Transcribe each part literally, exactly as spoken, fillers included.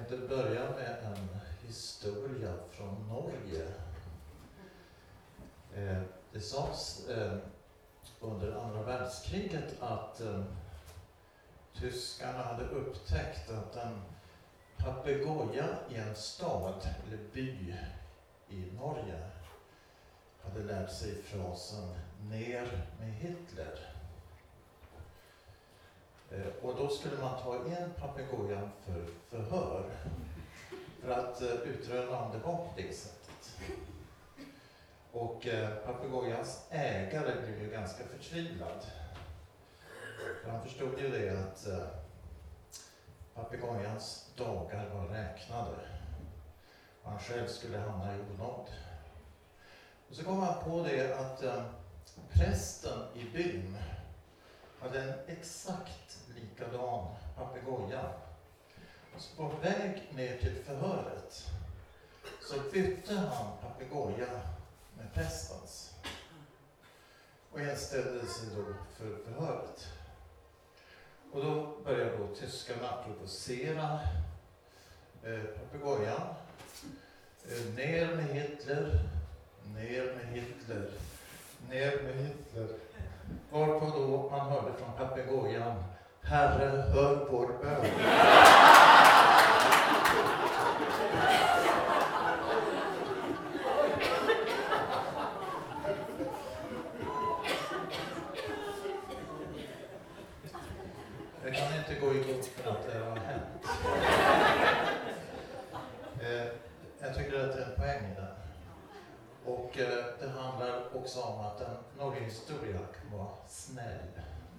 tänkte börja med en historia från Norge. Eh, det sades eh, under andra världskriget att eh, tyskarna hade upptäckt att en papegoja i en stad eller by i Norge hade lärt sig frasen "ner med Hitler". Eh, och då skulle man ta in papegojan för förhör för att eh, utröna om det var på det sättet. Och eh, papegojans ägare blev ju ganska förtvivlad. För han förstod ju det att eh, papegojans dagar var räknade. Och han själv skulle hamna i onåd. Och så kom han på det att eh, prästen i byn hade en exakt likadan papegoja. Och så på väg ner till förhöret så bytte han papegoja med prästens. Och inställde sig då för förhöret. Och då började då tyskarna provocera eh, papegojan. Eh, ner med Hitler, ner med Hitler, ner med Hitler. Varpå då man hörde från papegojan: Herre, hör vår bön. Jag kan inte gå igång för att det har hänt. Eh, jag tycker att det är en poäng i det. Och eh, det handlar också om att en Norge-historia kan vara snäll.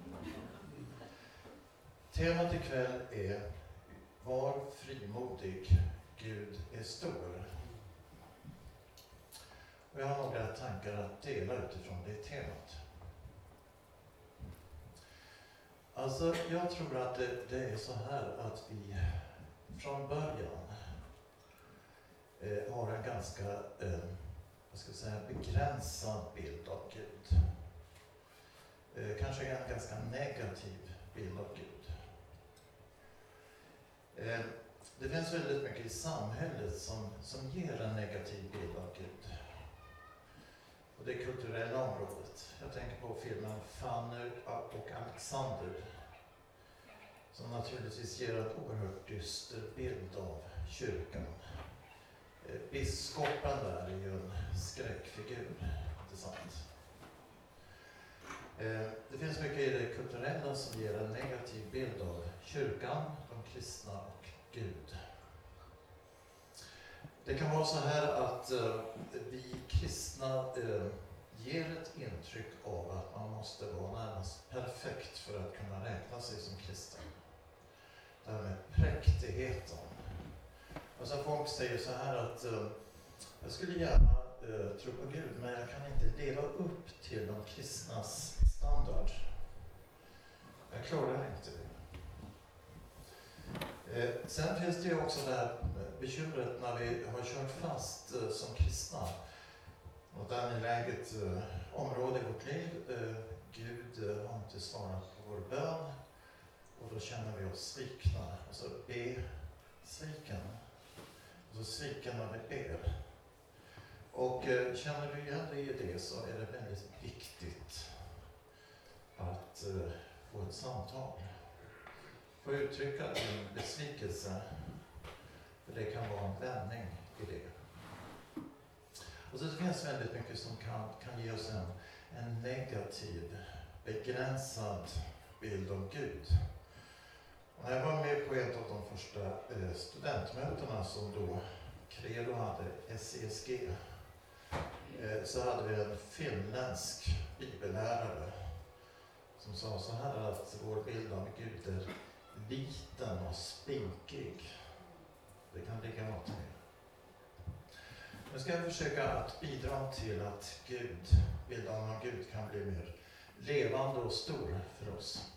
Temat ikväll är: var frimodig, Gud är stor. Och jag har några tankar att dela utifrån det temat. Alltså, jag tror att det, det är så här att vi från början eh, har en ganska eh, vad ska jag säga, begränsad bild av Gud. Eh, kanske en ganska negativ bild av Gud. Eh, det finns väldigt mycket i samhället som, som ger en negativ bild av Gud. Och det kulturella området. Jag tänker på filmen Fanny och Alexander, som naturligtvis ger en oerhört dyster bild av kyrkan. Biskopen där är ju en skräckfigur, inte sant? Det finns mycket i det kulturella som ger en negativ bild av kyrkan, de kristna och Gud. Det kan vara så här att vi kristna ger ett intryck av att man måste vara närmast perfekt för att kunna räkna sig som kristen. Det här med präktigheten. Alltså folk säger så här att uh, jag skulle gärna uh, tro på Gud, men jag kan inte leva upp till de kristnas standard. Jag klarar inte det. Eh, sen finns det ju också det här bekymret när vi har kört fast uh, som kristna. Och där är läget uh, område i vårt liv. Uh, Gud uh, har inte svarat på vår bön. Och då känner vi oss svikna. Alltså be sviken. Och så sviken när vi ber. Och eh, känner du igen dig i det, så är det väldigt viktigt att eh, få ett samtal. Få uttrycka din besvikelse. För det kan vara en vändning i det. Och så det finns väldigt mycket som kan, kan ge oss en, en negativ, begränsad bild av Gud. Och när jag var med på ett av de första eh, studentmötena som då Credo hade, S C S G, eh, så hade vi en finländsk bibellärare som sa så här att vår bild av Gud är liten och spinkig. Det kan ligga något med. Nu ska jag försöka att bidra till att Gud, bilden av Gud kan bli mer levande och stor för oss.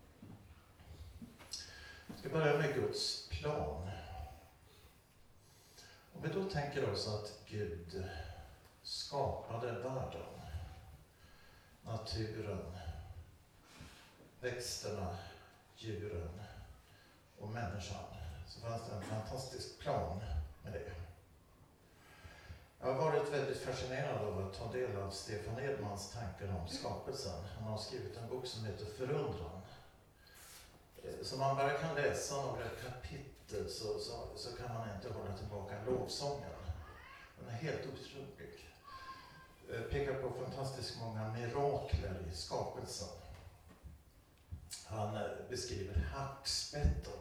Jag ska börja med Guds plan. Om vi då tänker oss att Gud skapade världen, naturen, växterna, djuren och människan, så så fanns det en fantastisk plan med det. Jag har varit väldigt fascinerad av att ta del av Stefan Edmans tankar om skapelsen. Han har skrivit en bok som heter Förundran. Så man bara kan läsa några kapitel så, så, så kan man inte hålla tillbaka lovsången. Den är helt otrolig. Pekar på fantastiskt många mirakler i skapelsen. Han beskriver hackspetten.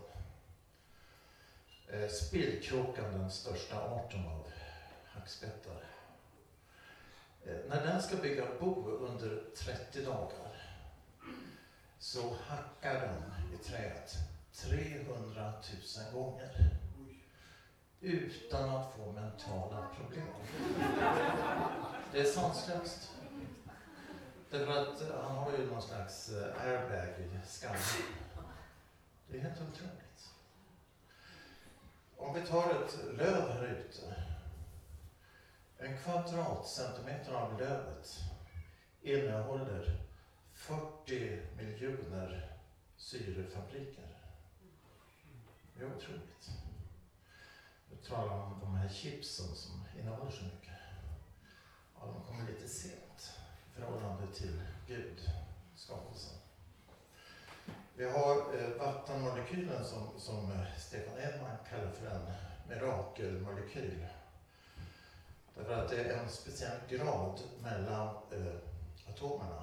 Spillkråkan, den största arten av hackspettar. När den ska bygga bo under trettio dagar så hackar den i träet trehundratusen gånger utan att få mentala problem. Det är sanslöst. Därför att han har ju någon slags airbag i skallen. Det är helt otroligt. Om vi tar ett löv här ute. En kvadratcentimeter av lövet innehåller fyrtio miljoner syrefabriker. Det är otroligt. Nu talar man om de här chipsen som innehåller så mycket. Ja, de kommer lite sent i förhållande till Gud, skapelsen. Vi har eh, vattenmolekylen som, som Stefan Edman kallar för en mirakelmolekyl. Därför att det är en speciell grad mellan eh, atomerna,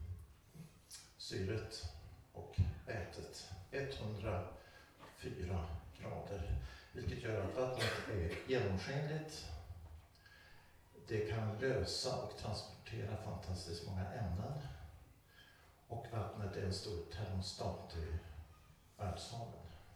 syret och vätet. etthundrafyra grader. Vilket gör att vattnet är genomskinligt. Det kan lösa och transportera fantastiskt många ämnen. Och vattnet är en stor termostat i världshaven.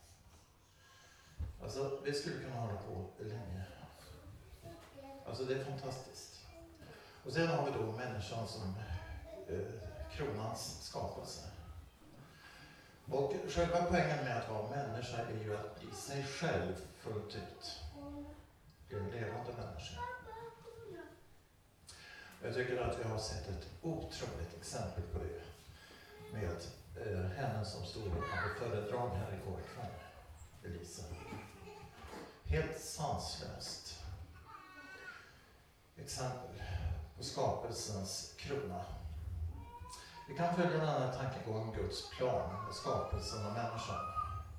Alltså, vi skulle kunna hålla på länge. Alltså, det är fantastiskt. Och sen har vi då människan som eh, kronans skapelse. Och själva poängen med att vara människa är ju att i sig själv fullt ut bli en levande människa. Jag tycker att vi har sett ett otroligt exempel på det med eh, henne som stod och hade föredrag här igår kväll, Elisa. Helt sanslöst exempel på skapelsens krona. Vi kan följa den här tankegången Guds plan med skapelsen och människan.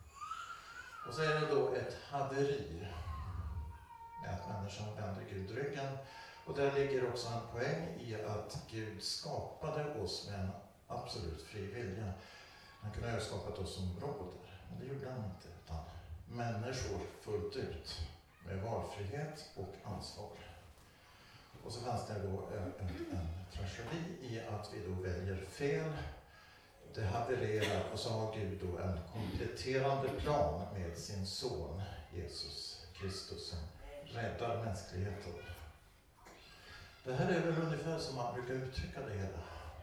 Och så är det då ett haveri med att människan vänder Gud ryggen. Och där ligger också en poäng i att Gud skapade oss med en absolut fri vilja. Han kunde ha skapat oss som robotar, men det gjorde han inte. Utan människor fullt ut med valfrihet och ansvar. Och så fanns det då en, en, en tragedi i att vi då väljer fel. Det havererar och så har Gud då en kompletterande plan med sin son Jesus Kristus som räddar mänskligheten. Det här är väl ungefär som man brukar uttrycka det hela.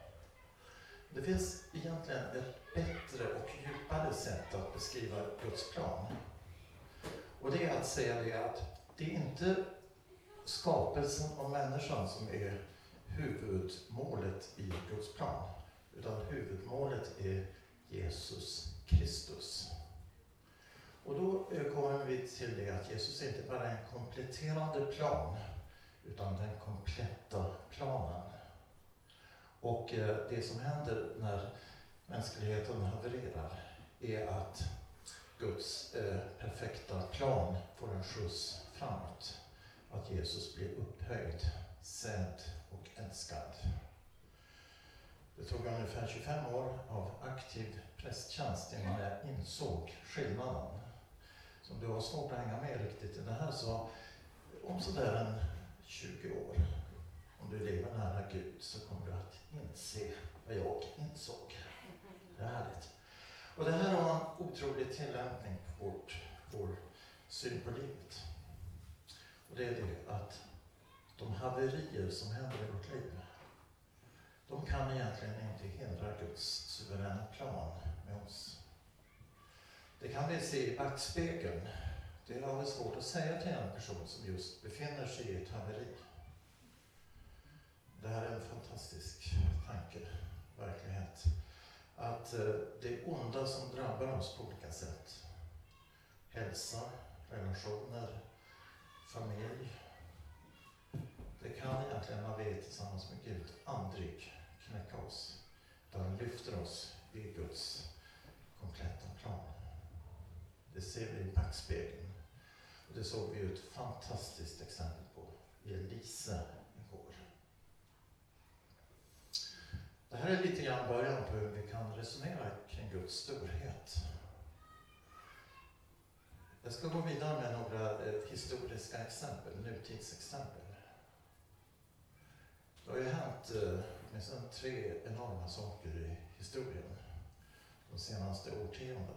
Det finns egentligen ett bättre och djupare sätt att beskriva Guds plan. Och det är att säga det att det är inte skapelsen av människan som är huvudmålet i Guds plan. Utan huvudmålet är Jesus Kristus. Och då kommer vi till det att Jesus inte bara är en kompletterande plan utan den kompletta planen. Och det som händer när mänskligheten havererar är att Guds eh, perfekta plan får en skjuts framåt. Att Jesus blir upphöjd, sedd och älskad. Det tog ungefär tjugofem år av aktiv prästtjänst innan jag insåg skillnaden. Så om du har svårt att hänga med riktigt i det här så om sådär en tjugo år, om du lever nära Gud så kommer du att inse vad jag insåg. Det är härligt. Och det här har en otrolig tillämpning på vårt, vår syn på livet. Och det är det att de haverier som händer i vårt liv, de kan egentligen inte hindra Guds suveräna plan med oss. Det kan vi se i backspegeln. Det har vi svårt att säga till en person som just befinner sig i ett haveri. Det här är en fantastisk tanke, verklighet. Att det onda som drabbar oss på olika sätt hälsa, relationer, familj. Det kan egentligen när vi är tillsammans med Gud aldrig knäcka oss. Utan lyfter oss i Guds kompletta plan. Det ser vi i backspegeln. Och det såg vi ju ett fantastiskt exempel på i Elise igår. Det här är lite grann början på hur vi kan resonera kring Guds storhet. Jag ska gå vidare med några eh, historiska exempel, nutidsexempel. Det har ju hänt eh, med tre enorma saker i historien de senaste årtiondena.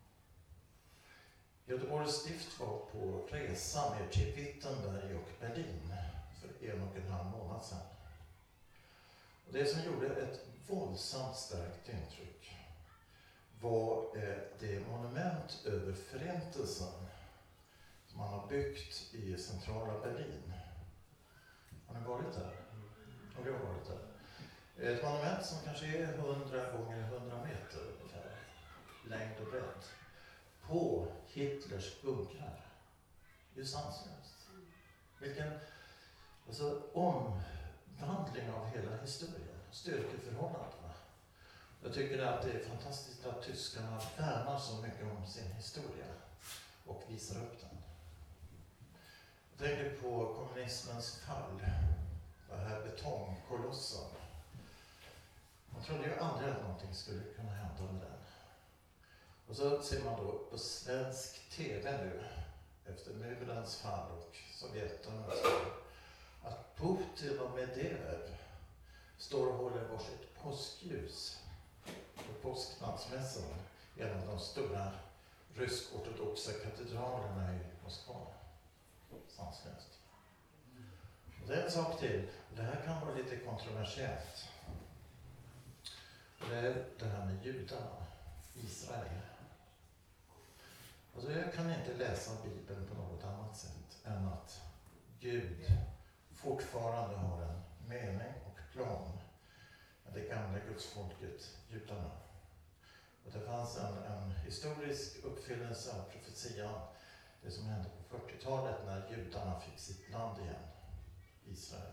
Göteborgs stift var på resa ner till Wittenberg och Berlin för en och en halv månad sedan. Och det som gjorde ett våldsamt starkt intryck var eh, det monument över förintelsen som man har byggt i centrala Berlin. Har ni varit där? Och vi har varit där. Ett monument som kanske är hundra gånger hundra meter ungefär, längd och bredd, på Hitlers bunkrar. Det är ju sanslöst. Vilken alltså, omvandling av hela historien, styrkeförhållandena. Jag tycker att det är fantastiskt att tyskarna värnar så mycket om sin historia och visar upp den. Jag tänker på kommunismens fall, den här betongkolossen. Man trodde ju aldrig att någonting skulle kunna hända med den. Och så ser man då på svensk tv nu, efter murens fall och Sovjetunionen, att Putin och Medvedev står och håller varsitt påskljus på påsknatsmässan i en av de stora rysk-ortodoxa katedralerna i Moskva. Sanslöst. Och det är en sak till. Det här kan vara lite kontroversiellt. Det är det här med judarna, Israel. Alltså jag kan inte läsa Bibeln på något annat sätt än att Gud fortfarande har en mening och plan med det gamla gudsfolket, judarna. Och det fanns en, en historisk uppfyllelse av profetian, det som hände på fyrtiotalet när judarna fick sitt land igen, Israel.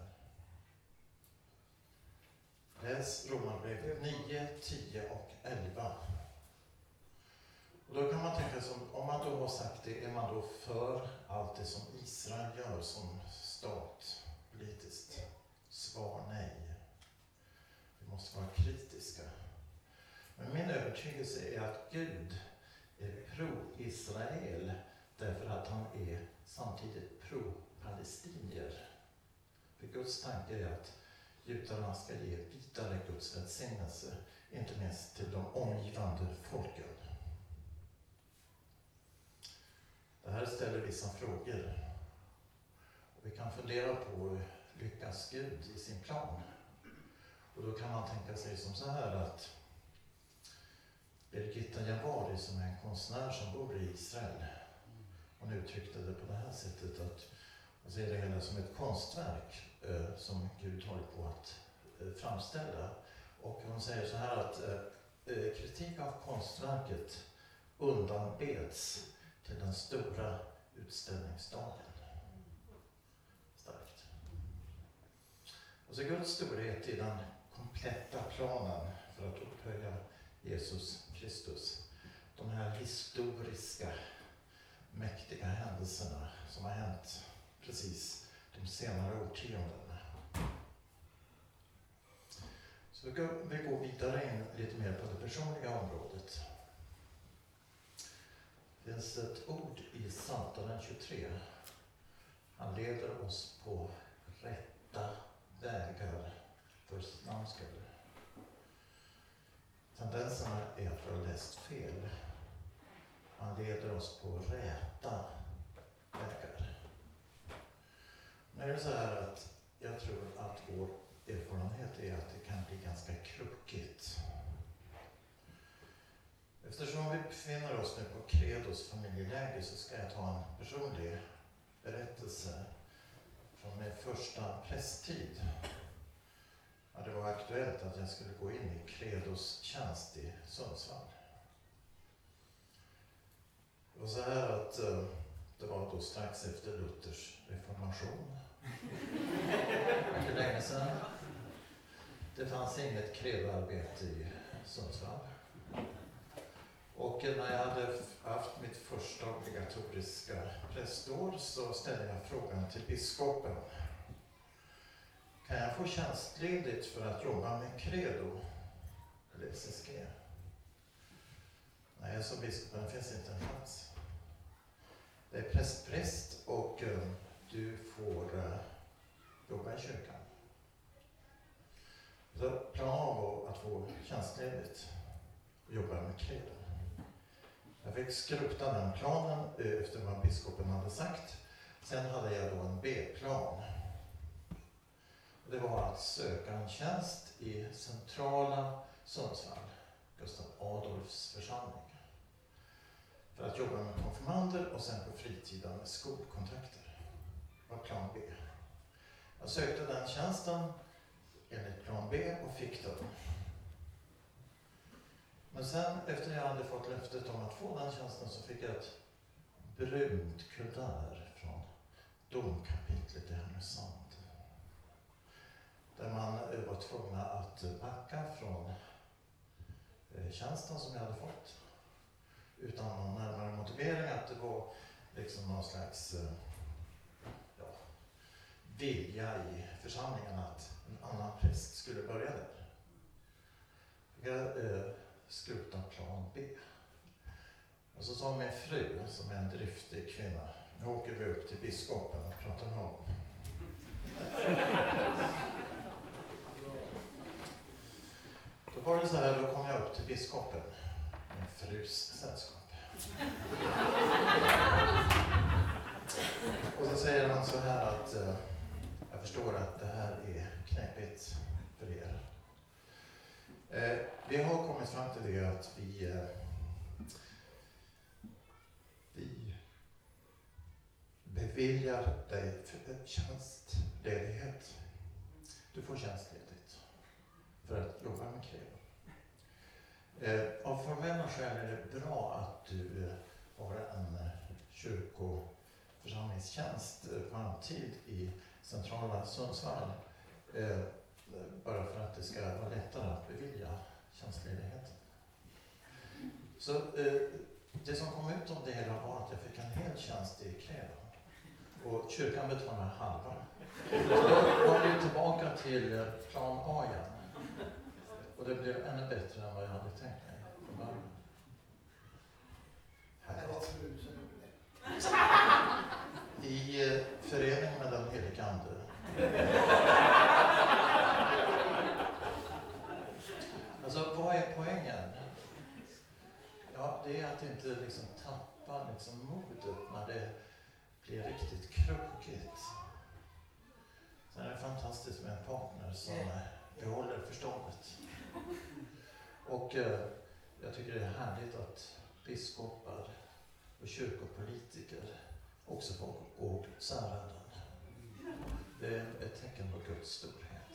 Läs Romarbrevet nio, tio och elva. Och då kan man tänka sig, om man då har sagt det, är man då för allt det som Israel gör som stat, politiskt? Svar nej. Vi måste vara kritiska. Men min övertygelse är att Gud är pro-Israel därför att han är samtidigt pro-palestinier. För Guds tanke är att judarna ska ge vidare Guds välsignelse, inte minst till de omgivande folken. Det här ställer vissa frågor. Och vi kan fundera på, lyckas Gud i sin plan? Och då kan man tänka sig som så här att Birgitta Javari, som är en konstnär som bor i Israel, hon uttryckte det på det här sättet att hon ser det hela som ett konstverk eh, som Gud håller på att eh, framställa. Och hon säger så här att eh, kritik av konstverket undanbeds till den stora utställningsdagen. Starkt. Och så Guds storhet i den kompletta planen för att upphöja Jesus Kristus. De här historiska, mäktiga händelserna som har hänt precis de senare årtiondena. Så vi går vidare in lite mer på det personliga området. Det finns ett ord i Psaltaren tjugotre. Han leder oss på rätta vägar för sitt namns skull. Tendenserna är att vi har läst fel. Han leder oss på rätta vägar. Nu är det så här att jag tror att vår erfarenhet är att det kan bli ganska krokigt. Eftersom vi befinner oss nu på Credos familjeläger så ska jag ta en personlig berättelse från min första prästtid. Ja, det var aktuellt att jag skulle gå in i Credos tjänst i Sundsvall. Det var så här att uh, det var då strax efter Luthers reformation. Mycket länge sedan. Det fanns inget kredoarbete i Sundsvall. Och när jag hade haft mitt första obligatoriska prästår så ställde jag frågan till biskopen. Kan jag få tjänstledigt för att jobba med credo? Eller S S G? Nej, så biskopen, det finns inte en chans. Det är präst-präst och uh, du får uh, jobba i kyrkan. Så planen var att få tjänstledigt och jobba med credo. Jag fick skrupta den planen efter vad biskopen hade sagt. Sen hade jag då en B-plan. Det var att söka en tjänst i centrala Sundsvall, Gustav Adolfs församling. För att jobba med konfirmander och sen på fritiden med skolkontakter. Det var plan B. Jag sökte den tjänsten enligt plan B och fick den. Men sen efter jag hade fått löftet om att få den tjänsten så fick jag ett brunt kuvert från domkapitlet i Härnösand. Där man var tvungna att backa från tjänsten som jag hade fått. Utan någon närmare motivering att det var liksom någon slags ja, vilja i församlingen att en annan präst skulle börja där. Jag eh, skruta plan B. Och så sa min fru, som är en driftig kvinna, nu åker vi upp till biskopen och pratar med honom. Då var det så här, då kom jag upp till biskopen, min frus sällskap. Och så säger han så här att eh, jag förstår att det här är knäppigt för er. Eh, vi har kommit fram till det att vi, eh, vi beviljar dig för tjänstledighet. Du får tjänstledigt för att jobba med credo. Eh, av formella skäl är det bra att du eh, har en eh, kyrkoförsamlingstjänst eh, på halvtid i centrala Sundsvall. Eh, bara för att det ska vara lättare att bevilja tjänstledigheten. Så eh, det som kom ut av det hela var att jag fick en hel tjänst i credo. Och kyrkan betalade halva. Så då var vi tillbaka till plan A igen. Och det blev ännu bättre än vad jag hade tänkt mig. I eh, förening med den helige ande. Alltså, vad är poängen? Ja, det är att inte liksom tappa liksom modet när det blir riktigt krokigt. Sen är det fantastiskt med en partner som behåller förståndet. Och eh, jag tycker det är härligt att biskopar och kyrkopolitiker också får gå Guds ärenden. Det är ett tecken på Guds storhet.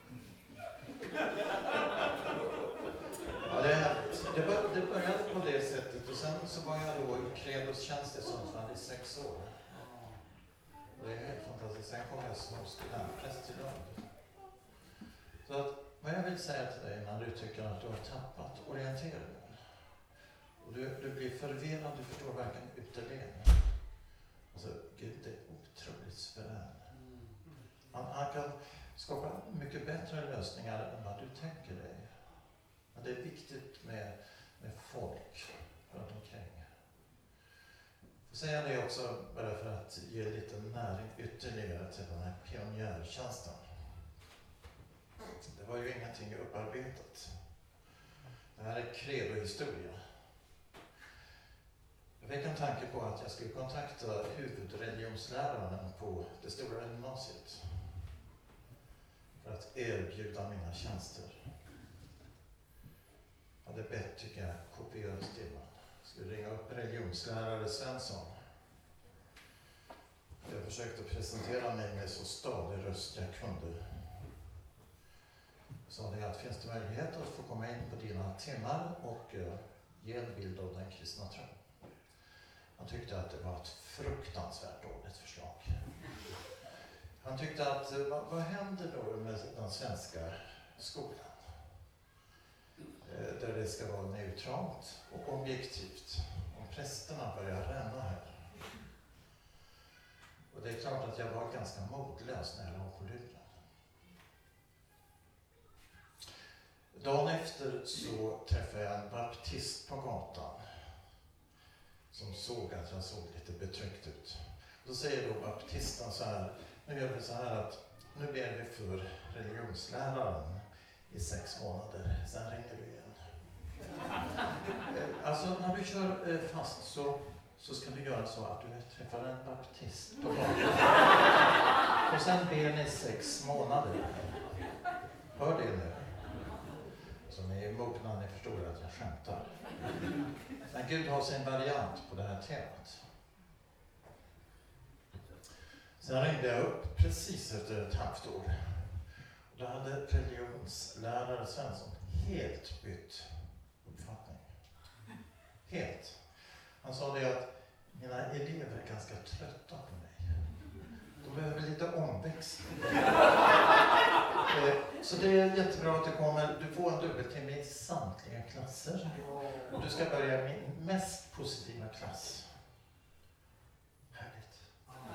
Ja, det, det, bör, det började på det sättet och sen så var jag då i credos tjänst i Sundsvall i sex år. Det är helt fantastiskt. Sen kom jag som studentpräst till Lund. Så att, vad jag vill säga till dig när du tycker att du har tappat orienteringen och du, du blir förvirrad, du förstår varken ut eller in. Alltså, Gud är otroligt suverän. Han, han kan skapa mycket bättre lösningar än vad du tänker dig. Men det är viktigt med, med folk runt omkring. Jag säger det också bara för att ge lite näring ytterligare till den här pionjärtjänsten. Det var ju ingenting upparbetat. Det här är credohistoria. Jag fick en tanke på att jag skulle kontakta huvudreligionsläraren på det stora gymnasiet för att erbjuda mina tjänster. Jag hade bett, tycker jag, kopiöst innan. Jag skulle ringa upp religionslärare Svensson. Jag försökte presentera mig med så stadig röst jag kunde. Jag sa det att finns det möjlighet att få komma in på dina timmar och uh, ge en bild av den kristna tron. Han tyckte att det var ett fruktansvärt dåligt förslag. Han tyckte att, vad, vad händer då med den svenska skolan? Där det ska vara neutralt och objektivt. Om prästerna börjar ränna här. Och det är klart att jag var ganska modlös när jag låg på luren. Dagen efter så träffade jag en baptist på gatan som såg att jag såg lite betryckt ut. Då säger då baptisten så här, nu gör vi så här att nu ber vi för religionsläraren i sex månader, sen ringer vi igen. Alltså när du kör fast så, så ska du göra så att du träffar en baptist på gatan. Och sen ber ni sex månader. Hör det nu. Så ni är mogna, ni förstår att jag skämtar. Men Gud har sin variant på det här temat. Sen ringde jag upp precis efter ett halvt år. Och då hade religionslärare Svensson helt bytt uppfattning. Helt. Han sa det att mina elever är ganska trötta på mig. De behöver lite omväxling. Så det är jättebra att det kommer, du får en dubbeltimme i samtliga klasser. Och du ska börja med min mest positiva klass. Härligt.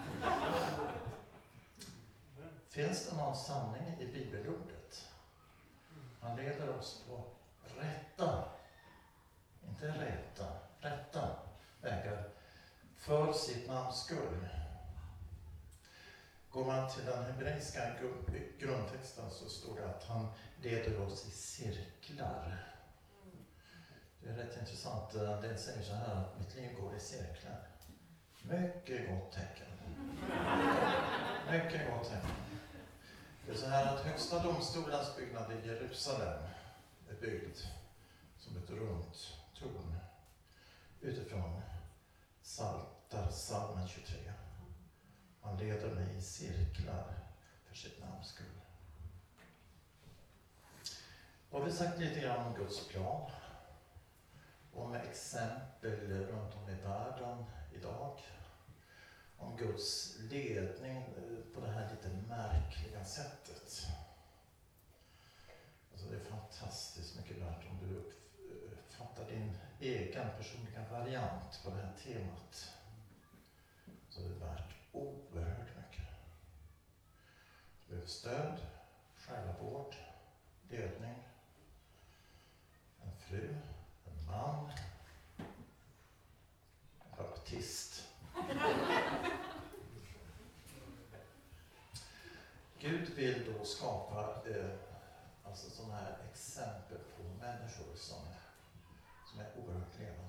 Finns det någon sanning i bibelordet? Han leder oss på rätta, inte rätta, rätta vägar för sitt namns skull. Går man till den hebreiska grundtexten så står det att han leder oss i cirklar. Det är rätt intressant. Det säger så här att mitt liv går i cirklar. Mycket gott tecken. Mycket gott tecken. Det är så här att högsta domstolens byggnad i Jerusalem är byggd som ett runt torn utifrån Psaltarpsalmen tjugotre. Han leder mig i cirklar för sitt namns skull. Då har vi sagt lite grann om Guds plan. Om exempel runt om i världen idag. Om Guds ledning på det här lite märkliga sättet. Alltså det är fantastiskt mycket värt om du uppfattar din egen personliga variant på det här temat. Så det är värt oerhört mycket. Du behöver stöd, själavård, ledning, en fru, en man, en baptist. Gud vill då skapa eh, alltså sådana här exempel på människor som, som är oerhört levande.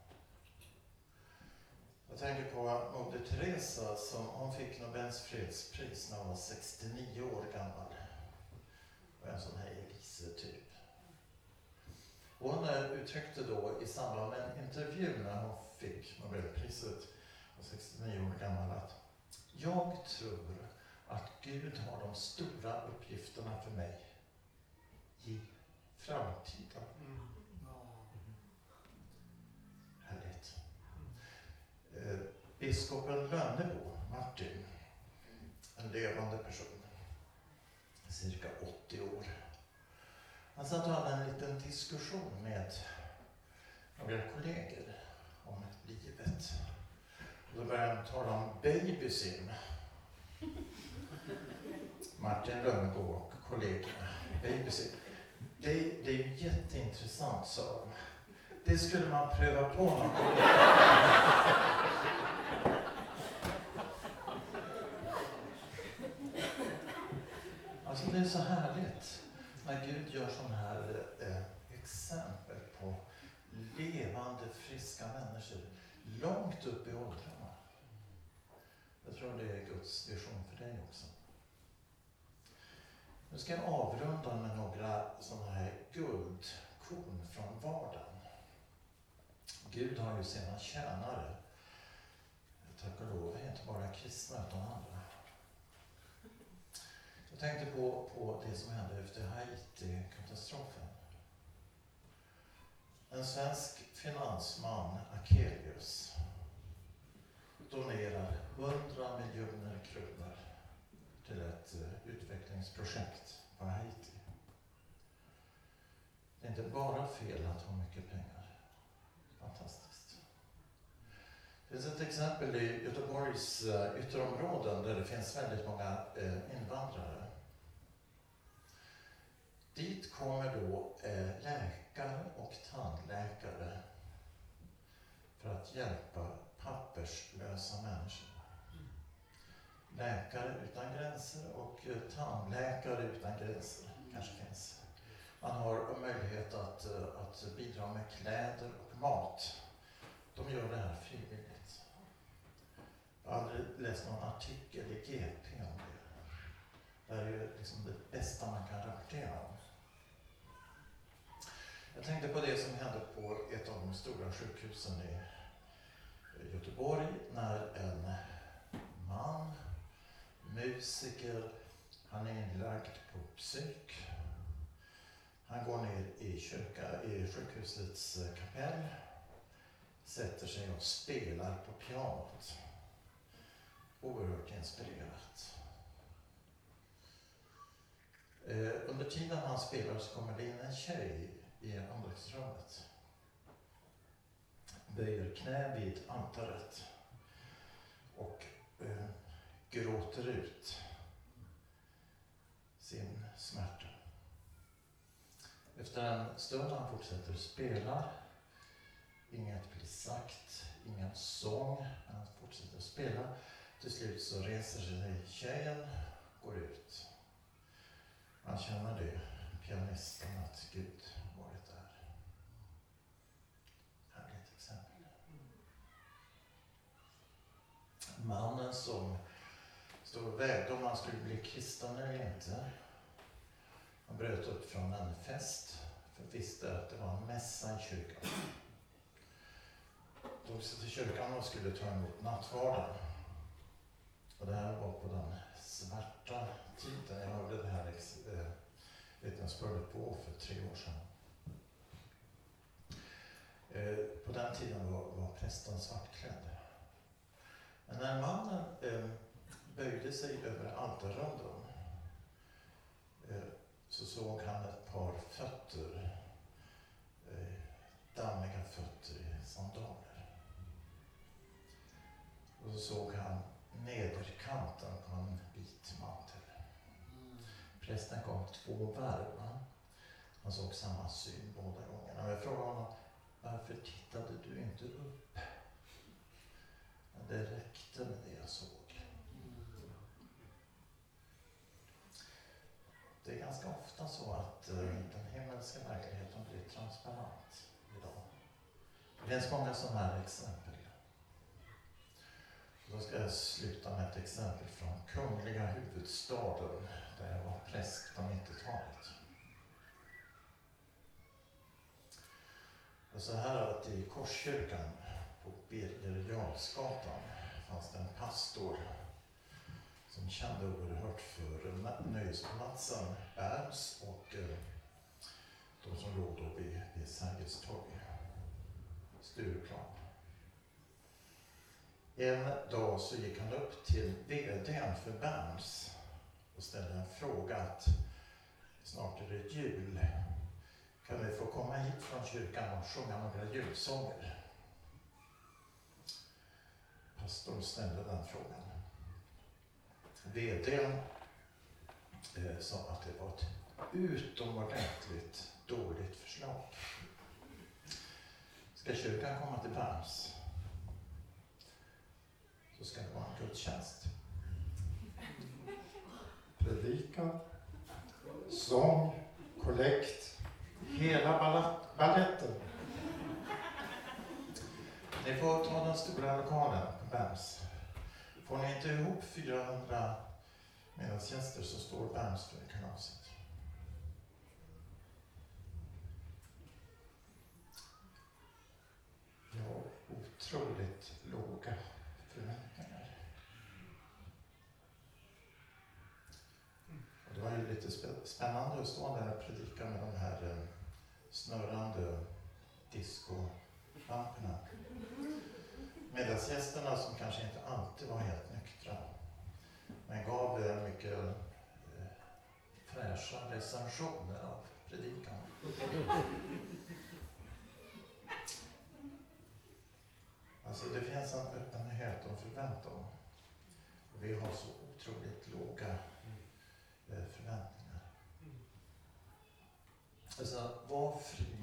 Jag tänker på Moder Teresa som hon fick Nobels fredspris när hon var sextionio år gammal. Och en sån här Elise-typ. Hon uttryckte då i samband med en intervju när hon fick Nobelpriset och sextionio år gammal att jag tror att Gud har de stora uppgifterna för mig i framtiden. Mm. Härligt. Eh, biskopen Lönnebo, Martin, en levande person, cirka åttio år. Han satt och hade en liten diskussion med några kollegor om livet. Då började han tala om babysim. Martin Lönnebo och kollegorna. Babysim. Det, det är ju jätteintressant, sa de. Det skulle man pröva på någon gång. Alltså det är så härligt när Gud gör sådana här eh, exempel på levande, friska människor långt upp i åldrarna. Jag tror det är Guds vision för dig också. Nu ska jag avrunda med några sådana här guldkorn från vardagen. Gud har ju sina tjänare. Tack och lov, inte bara kristna utan andra. Jag tänkte på, på det som hände efter Haiti-katastrofen. En svensk finansman, Akelius, donerar hundra miljoner kronor till ett uh, utvecklingsprojekt på Haiti. Det är inte bara fel att ha mycket pengar. Fantastiskt. Det finns ett exempel i Göteborgs uh, ytterområden där det finns väldigt många uh, invandrare. Dit kommer då uh, läkare och tandläkare för att hjälpa papperslösa människor. Läkare utan gränser och uh, tandläkare utan gränser kanske finns. Man har möjlighet att, att bidra med kläder och mat. De gör det här frivilligt. Jag har aldrig läst någon artikel i G P om det. Det är ju liksom det bästa man kan rapportera om. Jag tänkte på det som hände på ett av de stora sjukhusen i Göteborg när en man, musiker, han är inlagd på psyk. Han går ner i, kyrka, i sjukhusets kapell, sätter sig och spelar på pianot. Oerhört inspirerat. Eh, under tiden han spelar så kommer det in en tjej i andaktsrummet. Böjer knä vid altaret och eh, gråter ut sin smärta. Efter en stund han fortsätter spela, inget blir sagt, ingen sång, han fortsätter spela. Till slut så reser sig tjejen, går ut. Man känner det, pianisten, att Gud varit där. Härligt exempel. Mannen som stod och vägde om han skulle bli kristen eller inte. Han bröt upp från en fest för visste att det var en mässa i kyrkan. Tog sig till kyrkan och skulle ta emot nattvarden. Och det här var på den svarta tiden. Jag hörde det här äh, vittnesbördet på för tre år sedan. Eh, på den tiden var, var prästen svartklädd. Men när mannen eh, böjde sig över altarrundan eh, så såg han ett par fötter, eh, dammiga fötter i sandaler. Och så såg han nederkanten på en vit mantel. Prästen gav två varv. Han såg samma syn båda gångerna. Och jag frågade honom, varför tittade du inte upp? Men det räckte med det jag såg. Det är ganska ofta så att uh, den himmelska verkligheten blir transparent idag. Det finns många sådana här exempel. Då ska jag sluta med ett exempel från kungliga huvudstaden där jag var präst på nittiotalet. Och så här att i Korskyrkan på Birger Jarlsgatan fanns det en pastor som kände oerhört för nöjespalatsen Berns och eh, de som låg då vid, vid Sergels torg, Stureplan. En dag så gick han upp till vdn för Berns och ställde en fråga att snart är det jul. Kan vi få komma hit från kyrkan och sjunga några julsånger? Pastorn ställde den frågan. Vdn eh, sa att det var ett utomordentligt dåligt förslag. Ska kyrkan komma till Berns så ska det vara en gudstjänst. Predikan, sång, kollekt, hela balletten. Ni får ta den stora lokalen på Berns. Får ni inte ihop fyrahundra medlemsgäster så står Berns för kalaset. Ja, otroligt låga förväntningar. Och det var ju lite spännande att stå där och predika med de här snurrande discolamporna. middagsgästerna som kanske inte alltid var helt nyktra, men gav en mycket eh, fräscha recensioner av predikan. Alltså det finns en öppenhet och förväntan. Vi har så otroligt låga eh, förväntningar. Alltså, var fri.